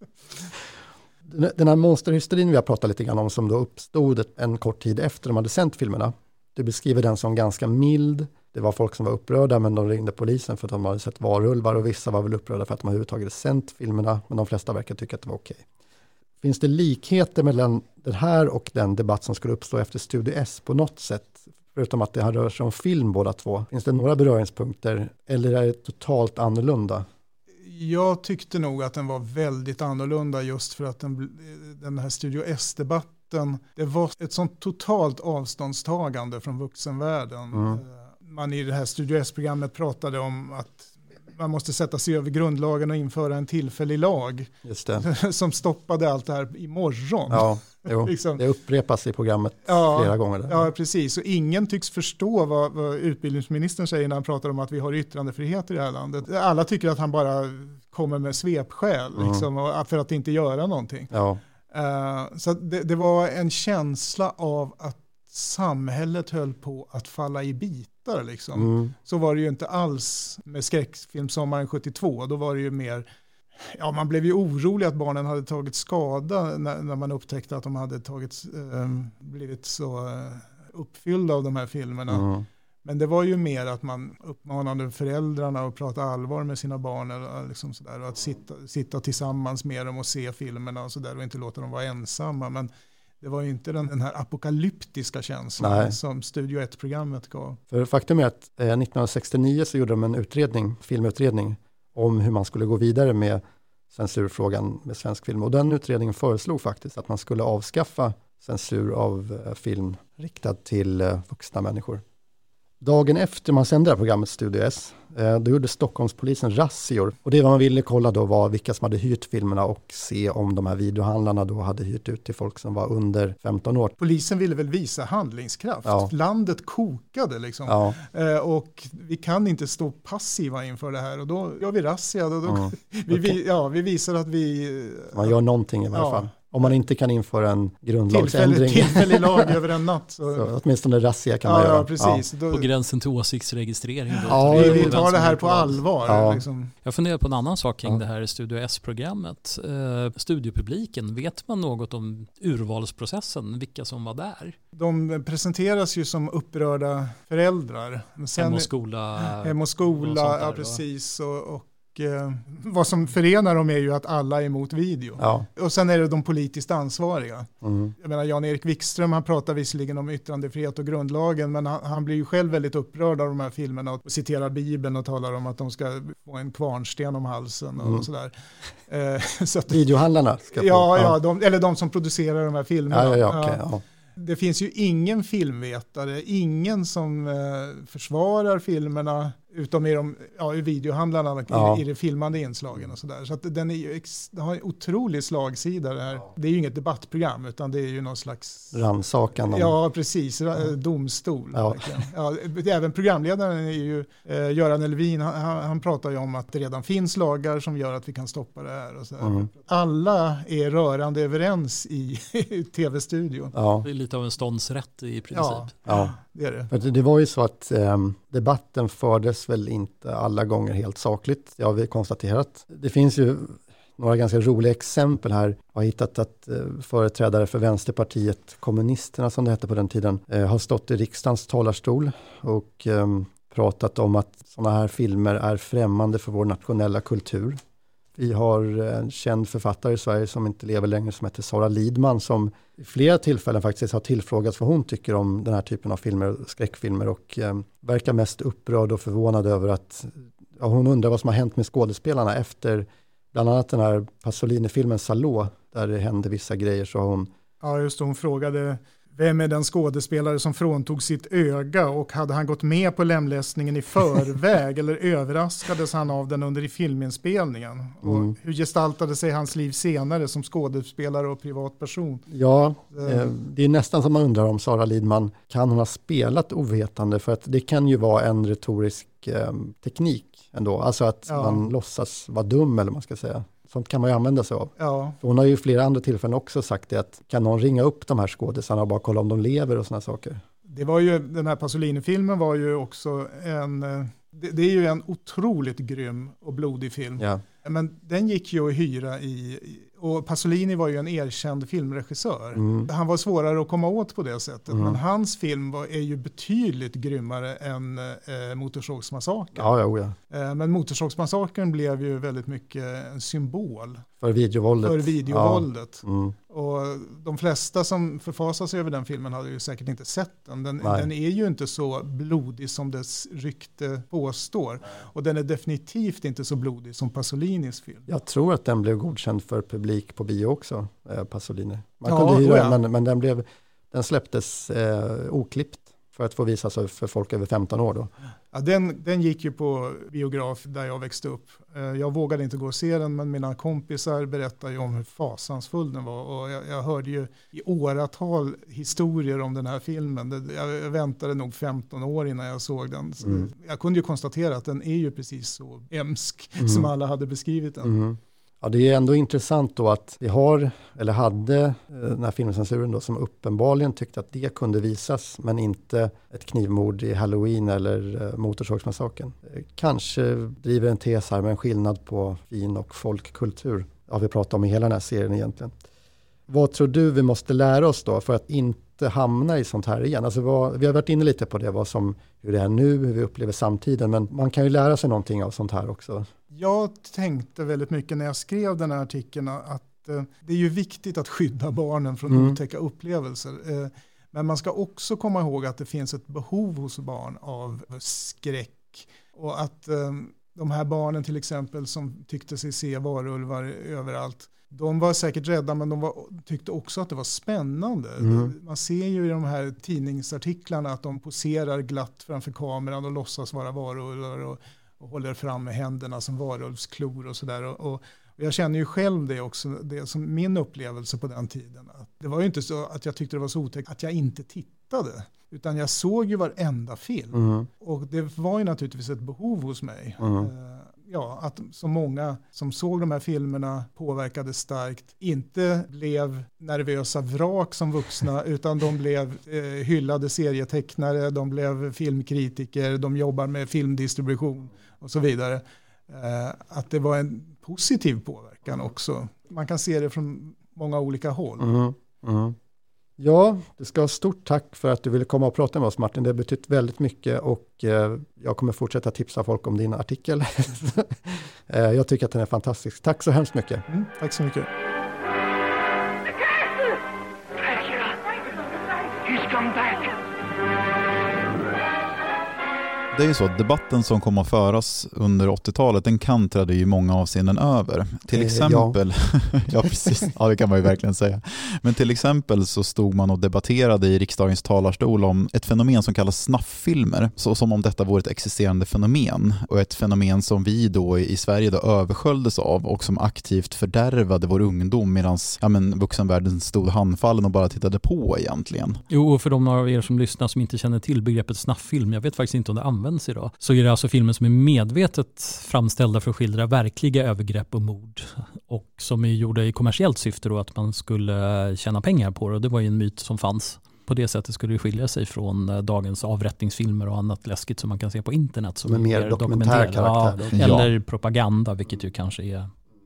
Den här monsterhysterin vi har pratat lite grann om, som då uppstod en kort tid efter de hade sänt filmerna. Du beskriver den som ganska mild. Det var folk som var upprörda, men de ringde polisen för att de hade sett varulvar, och vissa var väl upprörda för att de överhuvudtaget sänt filmerna, men de flesta verkar tycka att det var okej. Finns det likheter mellan den här och den debatt som skulle uppstå efter Studio S på något sätt? Förutom att det här rör sig om film båda två. Finns det några beröringspunkter eller är det totalt annorlunda? Jag tyckte nog att den var väldigt annorlunda, just för att den här Studio S-debatten, det var ett sånt totalt avståndstagande från vuxenvärlden. Man i det här Studio S-programmet pratade om att man måste sätta sig över grundlagen och införa en tillfällig lag. Just det. Som stoppade allt det här imorgon. Ja, liksom. Det upprepas i programmet flera gånger. Där. Ja, precis. Och ingen tycks förstå vad utbildningsministern säger när han pratar om att vi har yttrandefrihet i det här landet. Alla tycker att han bara kommer med svepskäl liksom, för att inte göra någonting. Ja. Så det var en känsla av att samhället höll på att falla i bitar. Liksom. Så var det ju inte alls med skräckfilmsommaren 72. Då var det ju mer, man blev ju orolig att barnen hade tagit skada när man upptäckte att de hade blivit så uppfyllda av de här filmerna. Men det var ju mer att man uppmanade föräldrarna att prata allvar med sina barn eller liksom sådär, och att sitta tillsammans med dem och se filmerna och sådär, och inte låta dem vara ensamma. Men det var ju inte den här apokalyptiska känslan som Studio 1-programmet gav. För faktum är att 1969 så gjorde de en filmutredning om hur man skulle gå vidare med censurfrågan med svensk film. Och den utredningen föreslog faktiskt att man skulle avskaffa censur av film riktad till vuxna människor. Dagen efter man sände det här programmet Studio S, då gjorde Stockholmspolisen razzior. Och det man ville kolla då var vilka som hade hyrt filmerna och se om de här videohandlarna då hade hyrt ut till folk som var under 15 år. Polisen ville väl visa handlingskraft. Ja. Landet kokade liksom. Ja. Och vi kan inte stå passiva inför det här. Och då gör vi razzia. Vi visar att vi... Man gör någonting i varje fall. Om man inte kan införa en grundlagsändring. Tillfällig lag över en natt. Så åtminstone razzia kan man göra. Ja, precis. På gränsen till åsiktsregistrering. Vi tar det här på allvar. Ja. Liksom. Jag funderar på en annan sak kring det här Studio S-programmet. Studiopubliken, vet man något om urvalsprocessen? Vilka som var där? De presenteras ju som upprörda föräldrar. Hem och skola. Ja, precis. Och vad som förenar dem är ju att alla är emot video. Ja. Och sen är det de politiskt ansvariga. Jag menar, Jan-Erik Wikström, han pratar visserligen om yttrandefrihet och grundlagen, men han blir ju själv väldigt upprörd av de här filmerna och citerar Bibeln och talar om att de ska få en kvarnsten om halsen och sådär. Så att, videohandlarna ska få. Eller de som producerar de här filmerna. Ja. Det finns ju ingen filmvetare, ingen som försvarar filmerna utom i videohandlarna i de filmande inslagen och sådär. Så att den har en otrolig slagsida det här. Det är ju inget debattprogram utan det är ju någon slags... rannsakan. Ja, precis. Domstol. Ja. Även programledaren är ju Göran Elvin. Han pratar ju om att det redan finns lagar som gör att vi kan stoppa det här. Och så alla är rörande överens i tv-studion. Ja. Det är lite av en ståndsrätt i princip. Ja. Det är det. För det var ju så att debatten fördes väl inte alla gånger helt sakligt. Det har vi konstaterat. Det finns ju några ganska roliga exempel här. Jag har hittat att företrädare för Vänsterpartiet, kommunisterna som det hette på den tiden, har stått i riksdagens talarstol och pratat om att sådana här filmer är främmande för vår nationella kultur. Vi har en känd författare i Sverige som inte lever längre som heter Sara Lidman som i flera tillfällen faktiskt har tillfrågats vad hon tycker om den här typen av filmer, skräckfilmer, och verkar mest upprörd och förvånad över att hon undrar vad som har hänt med skådespelarna efter bland annat den här Pasolini-filmen Salò där det hände vissa grejer. Så hon... Ja, just det, hon frågade vem är den skådespelare som fråntog sitt öga och hade han gått med på lemlästningen i förväg eller överraskades han av den under filminspelningen? Och hur gestaltade sig hans liv senare som skådespelare och privatperson? Ja, det är nästan som man undrar om Sara Lidman kan hon ha spelat ovetande, för att det kan ju vara en retorisk teknik ändå. Alltså att man låtsas vara dum eller man ska säga. Sånt kan man ju använda sig av. Ja. Hon har ju flera andra tillfällen också sagt det, att kan någon ringa upp de här skådespelarna och bara kolla om de lever och såna saker. Det var ju, den här Pasolini-filmen var ju också det är ju en otroligt grym och blodig film. Ja. Men den gick ju att hyra och Pasolini var ju en erkänd filmregissör. Han var svårare att komma åt på det sättet. Men hans film är ju betydligt grymmare än Motorsågsmassakern. Ja. Men Motorsågsmassakern blev ju väldigt mycket en symbol. För videovåldet. Ja. Och de flesta som förfasar sig över den filmen hade ju säkert inte sett den. Den är ju inte så blodig som dess rykte påstår. Och den är definitivt inte så blodig som Pasolinis film. Jag tror att den blev godkänd för publik på bio också, Pasolini. Man kunde hyra den, men den släpptes oklippt för att få visas för folk över 15 år då. Ja, den gick ju på biograf där jag växte upp. Jag vågade inte gå och se den, men mina kompisar berättade ju om hur fasansfull den var. Och jag hörde ju i åratal historier om den här filmen. Jag väntade nog 15 år innan jag såg den. Jag kunde ju konstatera att den är ju precis så hemsk som alla hade beskrivit den. Ja, det är ändå intressant då att vi hade den här filmcensuren då som uppenbarligen tyckte att det kunde visas, men inte ett knivmord i Halloween eller Motorsågsmassakern. Kanske driver en tes här med en skillnad på fin- och folkkultur. Ja, vi pratar om i hela den här serien egentligen. Vad tror du vi måste lära oss då för att inte hamna i sånt här igen? Alltså vi har varit inne lite på det, hur det är nu, hur vi upplever samtiden, men man kan ju lära sig någonting av sånt här också. Jag tänkte väldigt mycket när jag skrev den här artikeln att det är ju viktigt att skydda barnen från otäcka upplevelser. Men man ska också komma ihåg att det finns ett behov hos barn av skräck. Och att de här barnen till exempel som tyckte sig se varulvar överallt, de var säkert rädda, men de tyckte också att det var spännande. Man ser ju i de här tidningsartiklarna att de poserar glatt framför kameran och låtsas vara varulvar och håller fram med händerna som varulvsklor och sådär. Och jag känner ju själv det också, det som min upplevelse på den tiden. Det var ju inte så att jag tyckte det var så otäckt att jag inte tittade, utan jag såg ju varenda film. Och det var ju naturligtvis ett behov hos mig. Att så många som såg de här filmerna påverkade starkt, inte blev nervösa vrak som vuxna, utan de blev hyllade serietecknare, de blev filmkritiker, de jobbar med filmdistribution och så vidare. Att det var en positiv påverkan också. Man kan se det från många olika håll. Ja, du ska ha stort tack för att du ville komma och prata med oss, Martin. Det har betytt väldigt mycket och jag kommer fortsätta tipsa folk om din artikel. Jag tycker att den är fantastisk. Tack så hemskt mycket. Tack så mycket. He's come back. Det är ju så att debatten som kommer att föras under 80-talet, den kantrade ju många avseenden över. Till exempel, ja precis, ja det kan man ju verkligen säga. Men till exempel så stod man och debatterade i riksdagens talarstol om ett fenomen som kallas snafffilmer. Så som om detta vore ett existerande fenomen. Och ett fenomen som vi då i Sverige då översköljdes av och som aktivt fördärvade vår ungdom medan vuxenvärlden stod handfallen och bara tittade på egentligen. Jo, och för de av er som lyssnar som inte känner till begreppet snafffilm, jag vet faktiskt inte om det används idag, så är det alltså filmer som är medvetet framställda för att skildra verkliga övergrepp och mord och som är gjorda i kommersiellt syfte då, att man skulle tjäna pengar på det, och det var ju en myt som fanns. På det sättet skulle det skilja sig från dagens avrättningsfilmer och annat läskigt som man kan se på internet som är mer dokumentär karaktär. Eller propaganda, vilket ju kanske är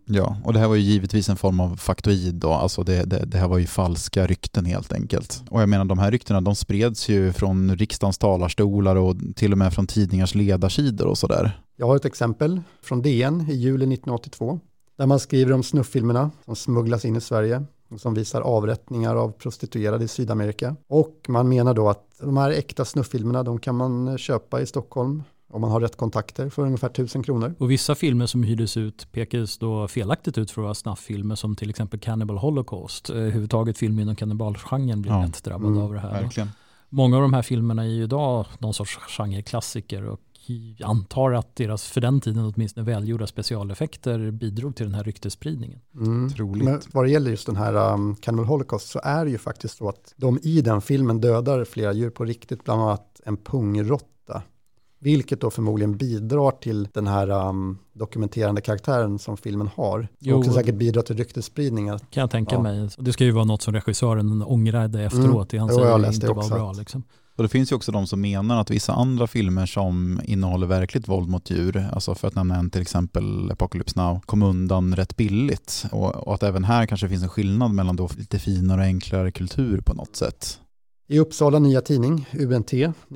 Ja, och det här var ju givetvis en form av faktoid då. Alltså det här var ju falska rykten helt enkelt. Och jag menar, de här ryktena, de spreds ju från riksdagens talarstolar och till och med från tidningars ledarsidor och sådär. Jag har ett exempel från DN i juli 1982 där man skriver om snufffilmerna som smugglas in i Sverige och som visar avrättningar av prostituerade i Sydamerika. Och man menar då att de här äkta snufffilmerna, de kan man köpa i Stockholm om man har rätt kontakter för ungefär 1000 kronor. Och vissa filmer som hyrdes ut pekades då felaktigt ut för att vara snufffilmer, som till exempel Cannibal Holocaust. Överhuvudtaget filmer inom kannibalgenren blir rätt drabbade av det här. Verkligen. Många av de här filmerna är ju idag någon sorts genreklassiker, och jag antar att deras för den tiden åtminstone välgjorda specialeffekter bidrog till den här ryktesspridningen. Troligt. Men vad det gäller just den här Cannibal Holocaust, så är det ju faktiskt så att de i den filmen dödar flera djur på riktigt, bland annat en pungrotta. Vilket då förmodligen bidrar till den här dokumenterande karaktären som filmen har. Och också säkert bidrar till ryktesspridningar. Kan jag tänka mig. Det ska ju vara något som regissören ångrade efteråt. Det han säger inte var bra liksom. Och det finns ju också de som menar att vissa andra filmer som innehåller verkligt våld mot djur, alltså för att nämna en till exempel Apocalypse Now, kom undan rätt billigt. Och att även här kanske finns en skillnad mellan då lite finare och enklare kultur på något sätt. I Uppsala Nya Tidning, UNT,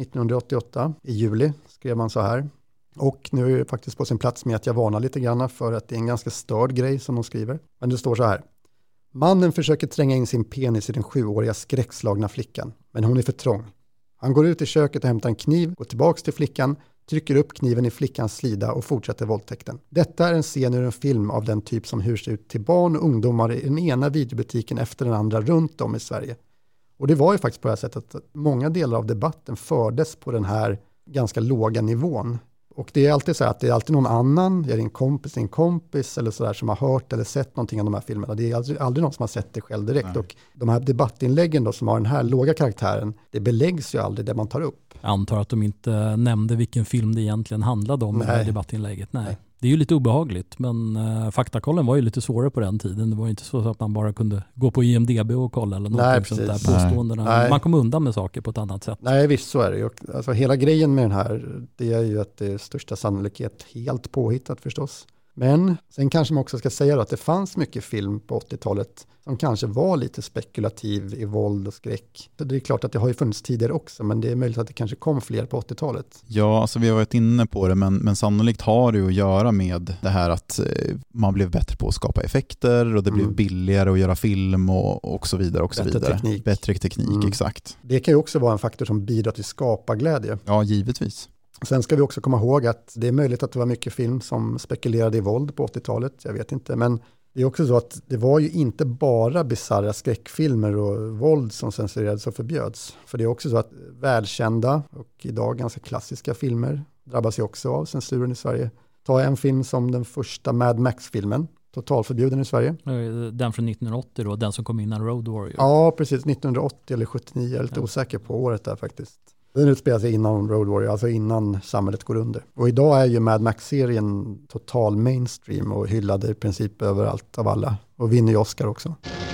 1988, i juli skrev man så här. Och nu är det faktiskt på sin plats med att jag varnar lite grann för att det är en ganska störd grej som de skriver. Men det står så här. Mannen försöker tränga in sin penis i den 7-åriga skräckslagna flickan, men hon är för trång. Han går ut i köket och hämtar en kniv, går tillbaks till flickan, trycker upp kniven i flickans slida och fortsätter våldtäkten. Detta är en scen ur en film av den typ som hyrs ut till barn och ungdomar i den ena videobutiken efter den andra runt om i Sverige. Och det var ju faktiskt på det här sättet att många delar av debatten fördes på den här ganska låga nivån. Och det är alltid så här att det är alltid någon annan, är det en kompis eller sådär som har hört eller sett någonting av de här filmerna. Det är aldrig någon som har sett det själv direkt. Nej. Och de här debattinläggen då som har den här låga karaktären, det beläggs ju aldrig det man tar upp. Jag antar att de inte nämnde vilken film det egentligen handlade om i det här debattinlägget. Nej. Det är ju lite obehagligt, men faktakollen var ju lite svårare på den tiden. Det var ju inte så att man bara kunde gå på IMDb och kolla eller något sånt där påståendena. Nej. Man kom undan med saker på ett annat sätt. Nej, visst så är det ju. Alltså, hela grejen med den här, det är ju att det är största sannolikhet helt påhittat förstås. Men sen kanske man också ska säga att det fanns mycket film på 80-talet som kanske var lite spekulativ i våld och skräck. Det är klart att det har ju funnits tidigare också, men det är möjligt att det kanske kom fler på 80-talet. Ja, alltså vi har varit inne på det, men sannolikt har det att göra med det här att man blev bättre på att skapa effekter och det blev billigare att göra film och så vidare. Och så bättre vidare. Teknik. Bättre teknik, exakt. Det kan ju också vara en faktor som bidrar till skaparglädje. Ja, givetvis. Sen ska vi också komma ihåg att det är möjligt att det var mycket film som spekulerade i våld på 80-talet, jag vet inte, men det är också så att det var ju inte bara bizarra skräckfilmer och våld som censurerades och förbjöds. För det är också så att välkända och idag ganska klassiska filmer drabbas ju också av censuren i Sverige. Ta en film som den första Mad Max-filmen, totalförbjuden i Sverige. Den från 1980 då, den som kom innan Road Warrior. Ja, precis, 1980 eller 79, jag är lite osäker på året där faktiskt. Den utspelar sig innan Road Warrior, alltså innan samhället går under. Och idag är ju Mad Max-serien total mainstream och hyllad i princip överallt av alla. Och vinner ju Oscar också.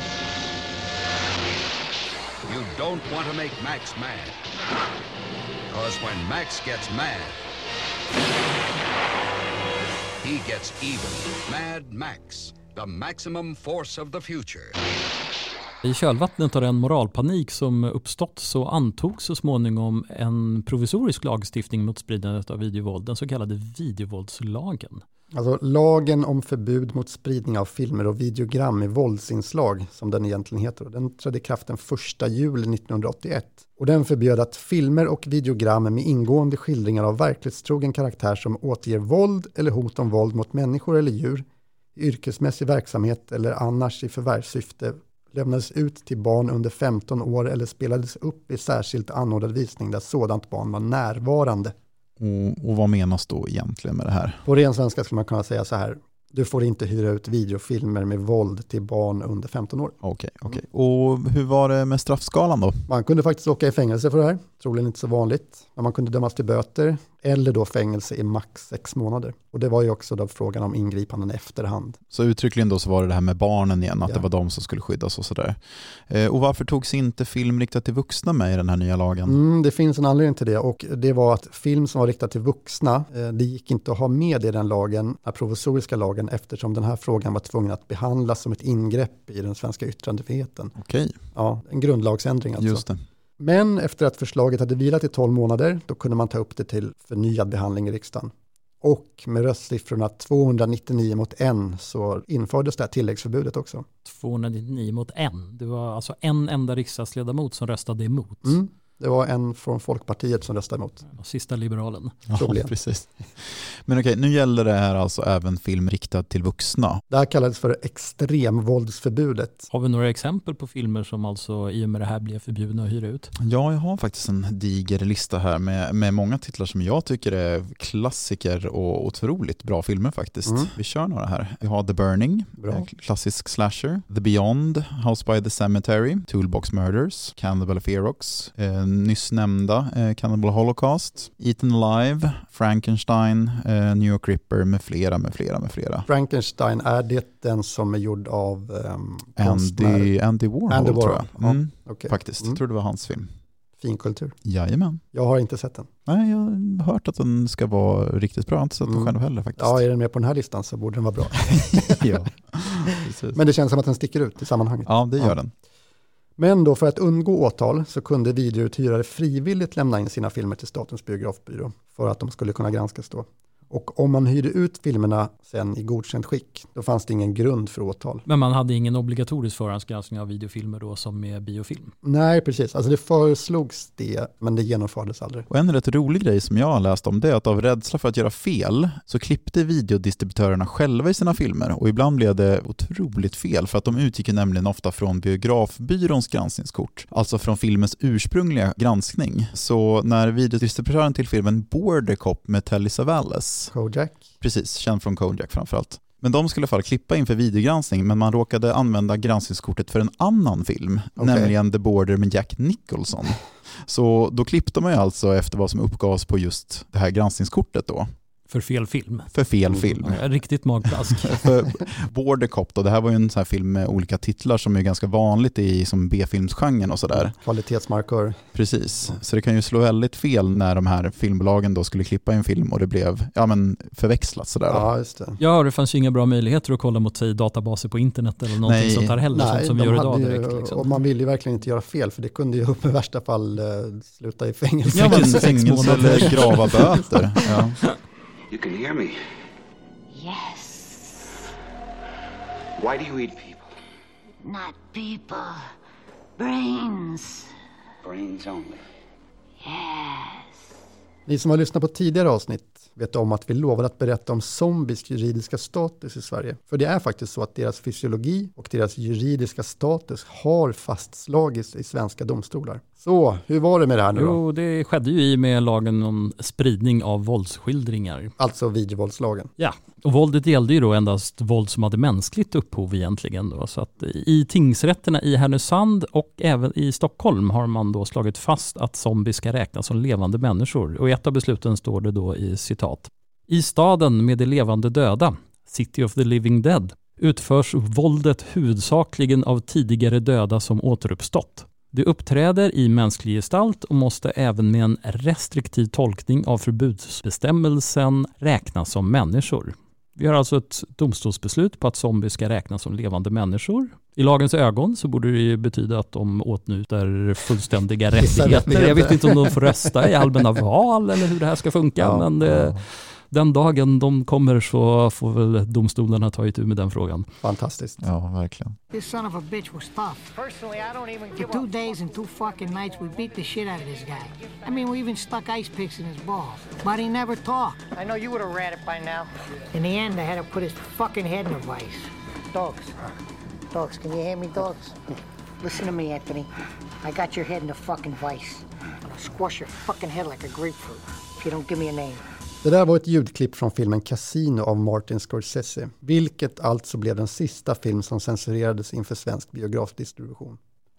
You don't want to make Max mad. Because when Max gets mad, he gets even. Mad Max, the maximum force of the future. I kölvattnet av den moralpanik som uppstått så antogs så småningom en provisorisk lagstiftning mot spridandet av videovåld, den så kallade videovåldslagen. Alltså lagen om förbud mot spridning av filmer och videogram i våldsinslag, som den egentligen heter, den trädde i kraft den 1 juli 1981. Och den förbjöd att filmer och videogram med ingående skildringar av verklighetstrogen karaktär som återger våld eller hot om våld mot människor eller djur, i yrkesmässig verksamhet eller annars i förvärvssyfte lämnades ut till barn under 15 år eller spelades upp i särskilt anordnad visning där sådant barn var närvarande. Och vad menas då egentligen med det här? På ren svenska skulle man kunna säga så här. Du får inte hyra ut videofilmer med våld till barn under 15 år. Okej. Och hur var det med straffskalan då? Man kunde faktiskt åka i fängelse för det här. Troligen inte så vanligt. Men man kunde dömas till böter eller då fängelse i max 6 månader. Och det var ju också då frågan om ingripanden efterhand. Så uttryckligen då så var det här med barnen igen, att det var de som skulle skyddas och sådär. Och varför togs inte film riktad till vuxna med i den här nya lagen? Det finns en anledning till det, och det var att film som var riktad till vuxna, det gick inte att ha med i den lagen, den provisoriska lagen, eftersom den här frågan var tvungen att behandlas som ett ingrepp i den svenska yttrandefriheten. Okej. Ja, en grundlagsändring alltså. Just det. Men efter att förslaget hade vilat i 12 månader, då kunde man ta upp det till förnyad behandling i riksdagen. Och med röstsiffrorna 299 mot 1 så infördes det här tilläggsförbudet också. 299 mot 1. Det var alltså en enda riksdagsledamot som röstade emot. Det var en från Folkpartiet som röstade emot. Sista liberalen. Ja, precis. Men okej, nu gäller det här alltså även film riktad till vuxna. Det här kallades för extremvåldsförbudet. Har vi några exempel på filmer som alltså i och med det här blev förbjudna att hyra ut? Ja, jag har faktiskt en diger lista här med många titlar som jag tycker är klassiker och otroligt bra filmer faktiskt. Vi kör några här. Vi har The Burning, klassisk slasher. The Beyond, House by the Cemetery, Toolbox Murders, Cannibal Ferox, nyss nämnda Cannibal Holocaust, Eaten Alive, Frankenstein, New York Ripper med flera. Frankenstein, är det den som är gjord av Andy Warhol tror jag. Okay. Faktiskt, jag tror det var hans film. Finkultur. Jajamän. Jag har inte sett den. Nej, jag har hört att den ska vara riktigt bra. Jag har inte sett den själv heller faktiskt. Ja, är den med på den här listan så borde den vara bra. Ja, precis. Men det känns som att den sticker ut i sammanhanget. Ja, det gör den. Men då för att undgå åtal så kunde videouthyrare frivilligt lämna in sina filmer till Statens biografbyrå för att de skulle kunna granskas då. Och om man hyrde ut filmerna sen i godkänt skick, då fanns det ingen grund för åtal. Men man hade ingen obligatorisk förhandsgranskning av videofilmer då som med biofilm? Nej, precis. Alltså det föreslogs det, men det genomfördes aldrig. Och en rätt rolig grej som jag har läst om det är att av rädsla för att göra fel så klippte videodistributörerna själva i sina filmer. Och ibland blev det otroligt fel för att de utgick nämligen ofta från biografbyråns granskningskort. Alltså från filmens ursprungliga granskning. Så när videodistributören till filmen Border Cop med Telly Savalas, Kojak. Precis, känd från Kojak framförallt. Men de skulle i alla fall klippa inför videogranskning, men man råkade använda granskningskortet för en annan film, nämligen The Border med Jack Nicholson. Så då klippte man ju alltså efter vad som uppgavs på just det här granskningskortet då. För fel film. För fel film. Ja, riktigt magplask. För Border Cop då, det här var ju en sån här film med olika titlar som är ganska vanligt i som B-filmsgenren och sådär. Kvalitetsmarkör. Precis, så det kan ju slå väldigt fel när de här filmbolagen då skulle klippa en film och det blev förväxlat sådär. Ja, just det. Ja, det fanns ju inga bra möjligheter att kolla mot sig databaser på internet eller någonting sånt här heller. Nej, som vi gör idag direkt. Liksom. Och man vill ju verkligen inte göra fel, för det kunde ju upp i värsta fall sluta i fängelse. Ja, men fängelse eller grava böter. Ja. You can hear me. Yes. Why do you eat people? Not people. Brains. Brains only. Yes. Ni som har lyssnat på tidigare avsnitt vet om att vi lovade att berätta om zombies juridiska status i Sverige. För det är faktiskt så att deras fysiologi och deras juridiska status har fastslagits i svenska domstolar. Så, hur var det med det här nu då? Jo, det skedde ju i med lagen om spridning av våldsskildringar. Alltså videovåldslagen. Ja, och våldet gällde ju då endast våld som hade mänskligt upphov egentligen då. Så att i tingsrätterna i Härnösand och även i Stockholm har man då slagit fast att zombies ska räknas som levande människor. Och i ett av besluten står det då i citat: i staden med de levande döda, City of the Living Dead, utförs våldet huvudsakligen av tidigare döda som återuppstått. Det uppträder i mänsklig gestalt och måste även med en restriktiv tolkning av förbudsbestämmelsen räknas som människor. Vi har alltså ett domstolsbeslut på att zombies ska räknas som levande människor. I lagens ögon så borde det ju betyda att de åtnjuter fullständiga rättigheter. Jag vet inte om de får rösta i allmänna val eller hur det här ska funka, men den dagen de kommer så får väl domstolarna ta itu med den frågan. Fantastiskt. Ja, verkligen. This son of a bitch was tough. Personally, I don't even give For 2 days and 2 fucking nights, we beat the shit out of this guy. I mean, we even stuck ice picks in his balls. But he never talked. I know you would have read it by now. In the end, I had to put his fucking head in a vice. Dogs. Dogs, can you hear me, dogs? Listen to me, Anthony. I got your head in a fucking vice. I'll squash your fucking head like a grapefruit if you don't give me a name. Det där var ett ljudklipp från filmen Casino av Martin Scorsese, vilket alltså blev den sista film som censurerades inför svensk biografdistribution.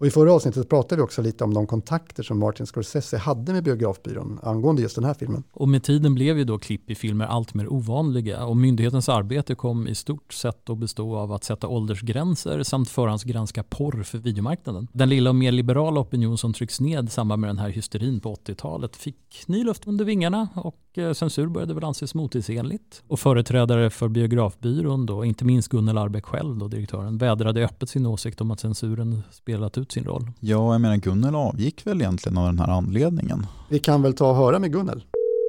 Och i förra avsnittet pratade vi också lite om de kontakter som Martin Scorsese hade med biografbyrån angående just den här filmen. Och med tiden blev ju då klipp i filmer allt mer ovanliga och myndighetens arbete kom i stort sett att bestå av att sätta åldersgränser samt förhandsgranska porr för videomarknaden. Den lilla och mer liberala opinion som trycks ned i samband med den här hysterin på 80-talet fick ny luft under vingarna och censur började väl anses motidsenligt. Och företrädare för biografbyrån då, inte minst Gunnel Arbeck själv då, direktören, vädrade öppet sin åsikt om att censuren spelat ut sin roll. Ja, jag menar Gunnel avgick väl egentligen av den här anledningen. Vi kan väl ta och höra med Gunnel.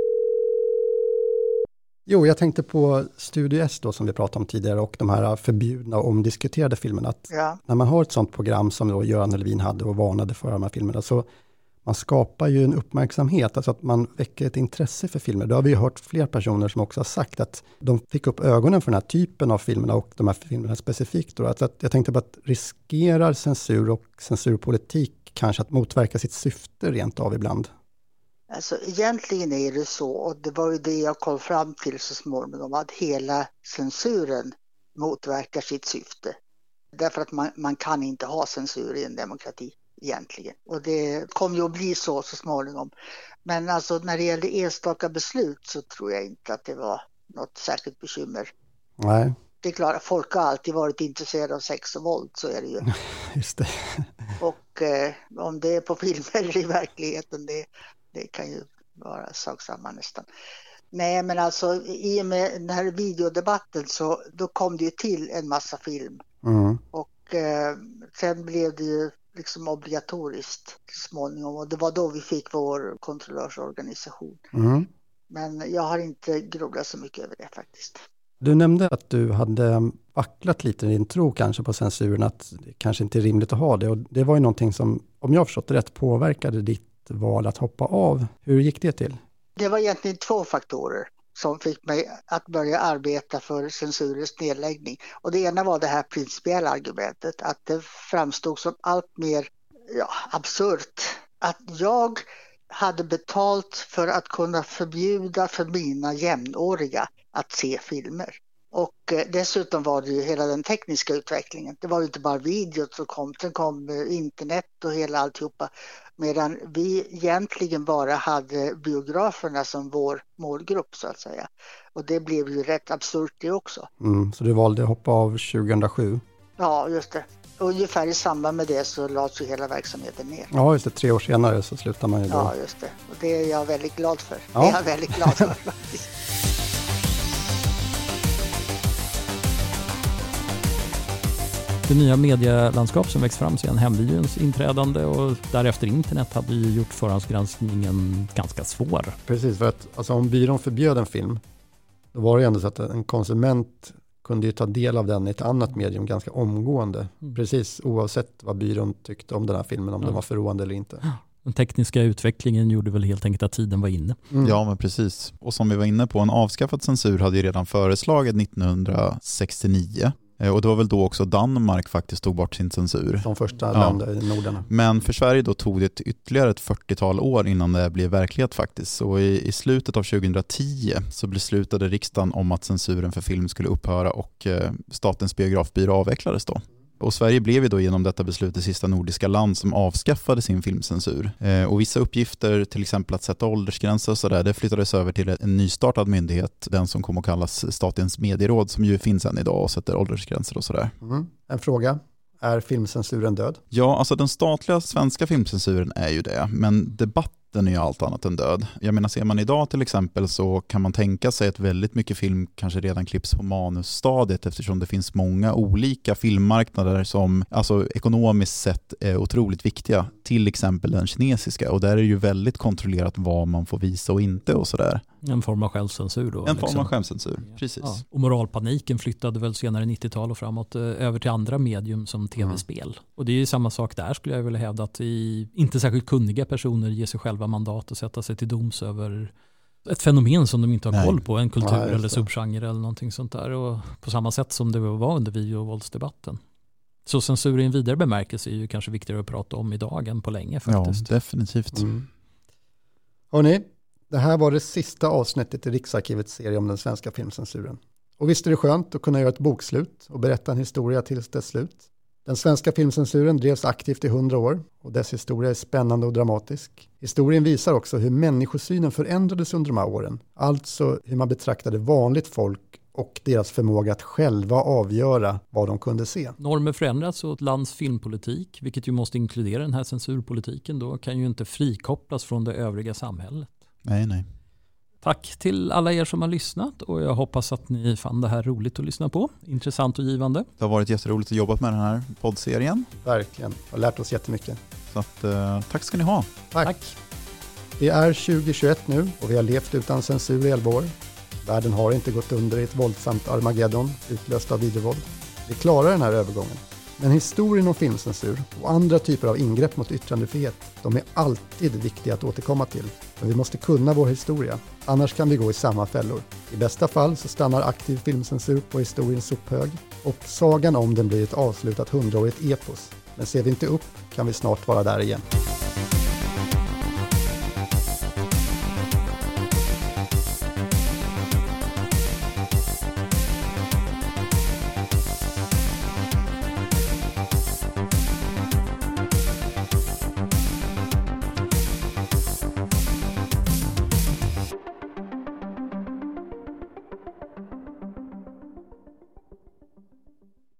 Jo, jag tänkte på Studio S då som vi pratade om tidigare och de här förbjudna och omdiskuterade filmerna. Att när man har ett sånt program som då Göran Levin hade och varnade för de här filmerna så man skapar ju en uppmärksamhet, alltså att man väcker ett intresse för filmer. Då har vi ju hört fler personer som också har sagt att de fick upp ögonen för den här typen av filmerna och de här filmerna specifikt. Då. Alltså att jag tänkte på att riskerar censur och censurpolitik kanske att motverka sitt syfte rent av ibland? Alltså egentligen är det så, och det var ju det jag kom fram till så småningom, att hela censuren motverkar sitt syfte. Därför att man kan inte ha censur i en demokrati egentligen. Och det kommer ju att bli så småningom. Men alltså när det gäller enstaka beslut så tror jag inte att det var något särskilt bekymmer. Nej. Det är klart att folk har alltid varit intresserade av sex och våld, så är det ju. Just det. Och om det är på film eller i verkligheten, det kan ju vara sak samma nästan. Nej, men alltså i och med den här videodebatten så då kom det ju till en massa film. Mm. Och sen blev det ju liksom obligatoriskt småningom, och det var då vi fick vår kontrollörsorganisation. Mm. Men jag har inte grubblat så mycket över det faktiskt. Du nämnde att du hade vacklat lite i din tro kanske på censuren, att det kanske inte är rimligt att ha det. Och det var ju någonting som, om jag har förstått det rätt, påverkade ditt val att hoppa av. Hur gick det till? Det var egentligen 2 faktorer som fick mig att börja arbeta för censurens nedläggning. Och det ena var det här principiella argumentet, att det framstod som allt mer absurt. Att jag hade betalt för att kunna förbjuda för mina jämnåriga att se filmer. Och dessutom var det ju hela den tekniska utvecklingen. Det var ju inte bara video som kom, sen kom internet och hela alltihopa. Medan vi egentligen bara hade biograferna som vår målgrupp så att säga. Och det blev ju rätt absurt det också. Så du valde att hoppa av 2007? Ja, just det. Ungefär i samband med det så lades ju hela verksamheten ner. Ja, just det. 3 år senare så slutar man ju då. Ja, just det. Och det är jag väldigt glad för. Ja. Det är jag väldigt glad för faktiskt. Det nya medielandskap som växt fram sedan hemvideons inträdande och därefter internet hade ju gjort förhandsgranskningen ganska svår. Precis, för att alltså, om byrån förbjöd en film, då var det ändå så att en konsument kunde ju ta del av den i ett annat medium ganska omgående. Precis oavsett vad byrån tyckte om den här filmen, om den var förråande eller inte. Den tekniska utvecklingen gjorde väl helt enkelt att tiden var inne. Ja, men precis. Och som vi var inne på, en avskaffad censur hade ju redan föreslagit 1969. Och det var väl då också Danmark faktiskt tog bort sin censur. Som första land i Norden. Men för Sverige då tog det ytterligare ett 40-tal år innan det blev verklighet faktiskt. Så i slutet av 2010 så beslutade riksdagen om att censuren för film skulle upphöra och Statens biografbyrå avvecklades då. Och Sverige blev ju då genom detta beslut det sista nordiska land som avskaffade sin filmcensur. Och vissa uppgifter, till exempel att sätta åldersgränser och sådär, det flyttades över till en nystartad myndighet, den som kommer att kallas Statens medieråd, som ju finns än idag och sätter åldersgränser och sådär. En fråga. Är filmcensuren död? Ja, alltså den statliga svenska filmcensuren är ju det, men debatten är ju allt annat än död. Jag menar, ser man idag till exempel så kan man tänka sig att väldigt mycket film kanske redan klipps på manusstadiet, eftersom det finns många olika filmmarknader som alltså ekonomiskt sett är otroligt viktiga, till exempel den kinesiska, och där är det ju väldigt kontrollerat vad man får visa och inte och sådär. En form av självcensur då. En form av självcensur, precis. Ja. Och moralpaniken flyttade väl senare 90-tal och framåt över till andra medium som tv-spel. Och det är ju samma sak där, skulle jag vilja hävda, att inte särskilt kunniga personer ger sig själva mandat att sätta sig till doms över ett fenomen som de inte har koll på, en kultur eller subgenre eller någonting sånt där. Och på samma sätt som det var under video- och våldsdebatten. Så censur i en vidare bemärkelse är ju kanske viktigare att prata om idag än på länge faktiskt. Ja, definitivt. Hörrni, det här var det sista avsnittet i Riksarkivets serie om den svenska filmcensuren. Och visst är det skönt att kunna göra ett bokslut och berätta en historia tills det är slut. Den svenska filmcensuren drevs aktivt i 100 år och dess historia är spännande och dramatisk. Historien visar också hur människosynen förändrades under de här åren. Alltså hur man betraktade vanligt folk och deras förmåga att själva avgöra vad de kunde se. Normer förändras och ett lands filmpolitik, vilket ju måste inkludera den här censurpolitiken, då kan ju inte frikopplas från det övriga samhället. Nej. Tack till alla er som har lyssnat och jag hoppas att ni fann det här roligt att lyssna på. Intressant och givande. Det har varit jätteroligt att jobba med den här poddserien. Verkligen, jag har lärt oss jättemycket. Så att, tack ska ni ha. Tack. Det är 2021 nu och vi har levt utan censur i 11 år. Världen har inte gått under i ett våldsamt Armageddon utlöst av videovåld. Vi klarar den här övergången. Men historien om filmcensur och andra typer av ingrepp mot yttrandefrihet, de är alltid viktiga att återkomma till. Men vi måste kunna vår historia, annars kan vi gå i samma fällor. I bästa fall så stannar aktiv filmcensur på historiens sophög och sagan om den blir ett avslutat 100-årigt epos. Men ser vi inte upp kan vi snart vara där igen.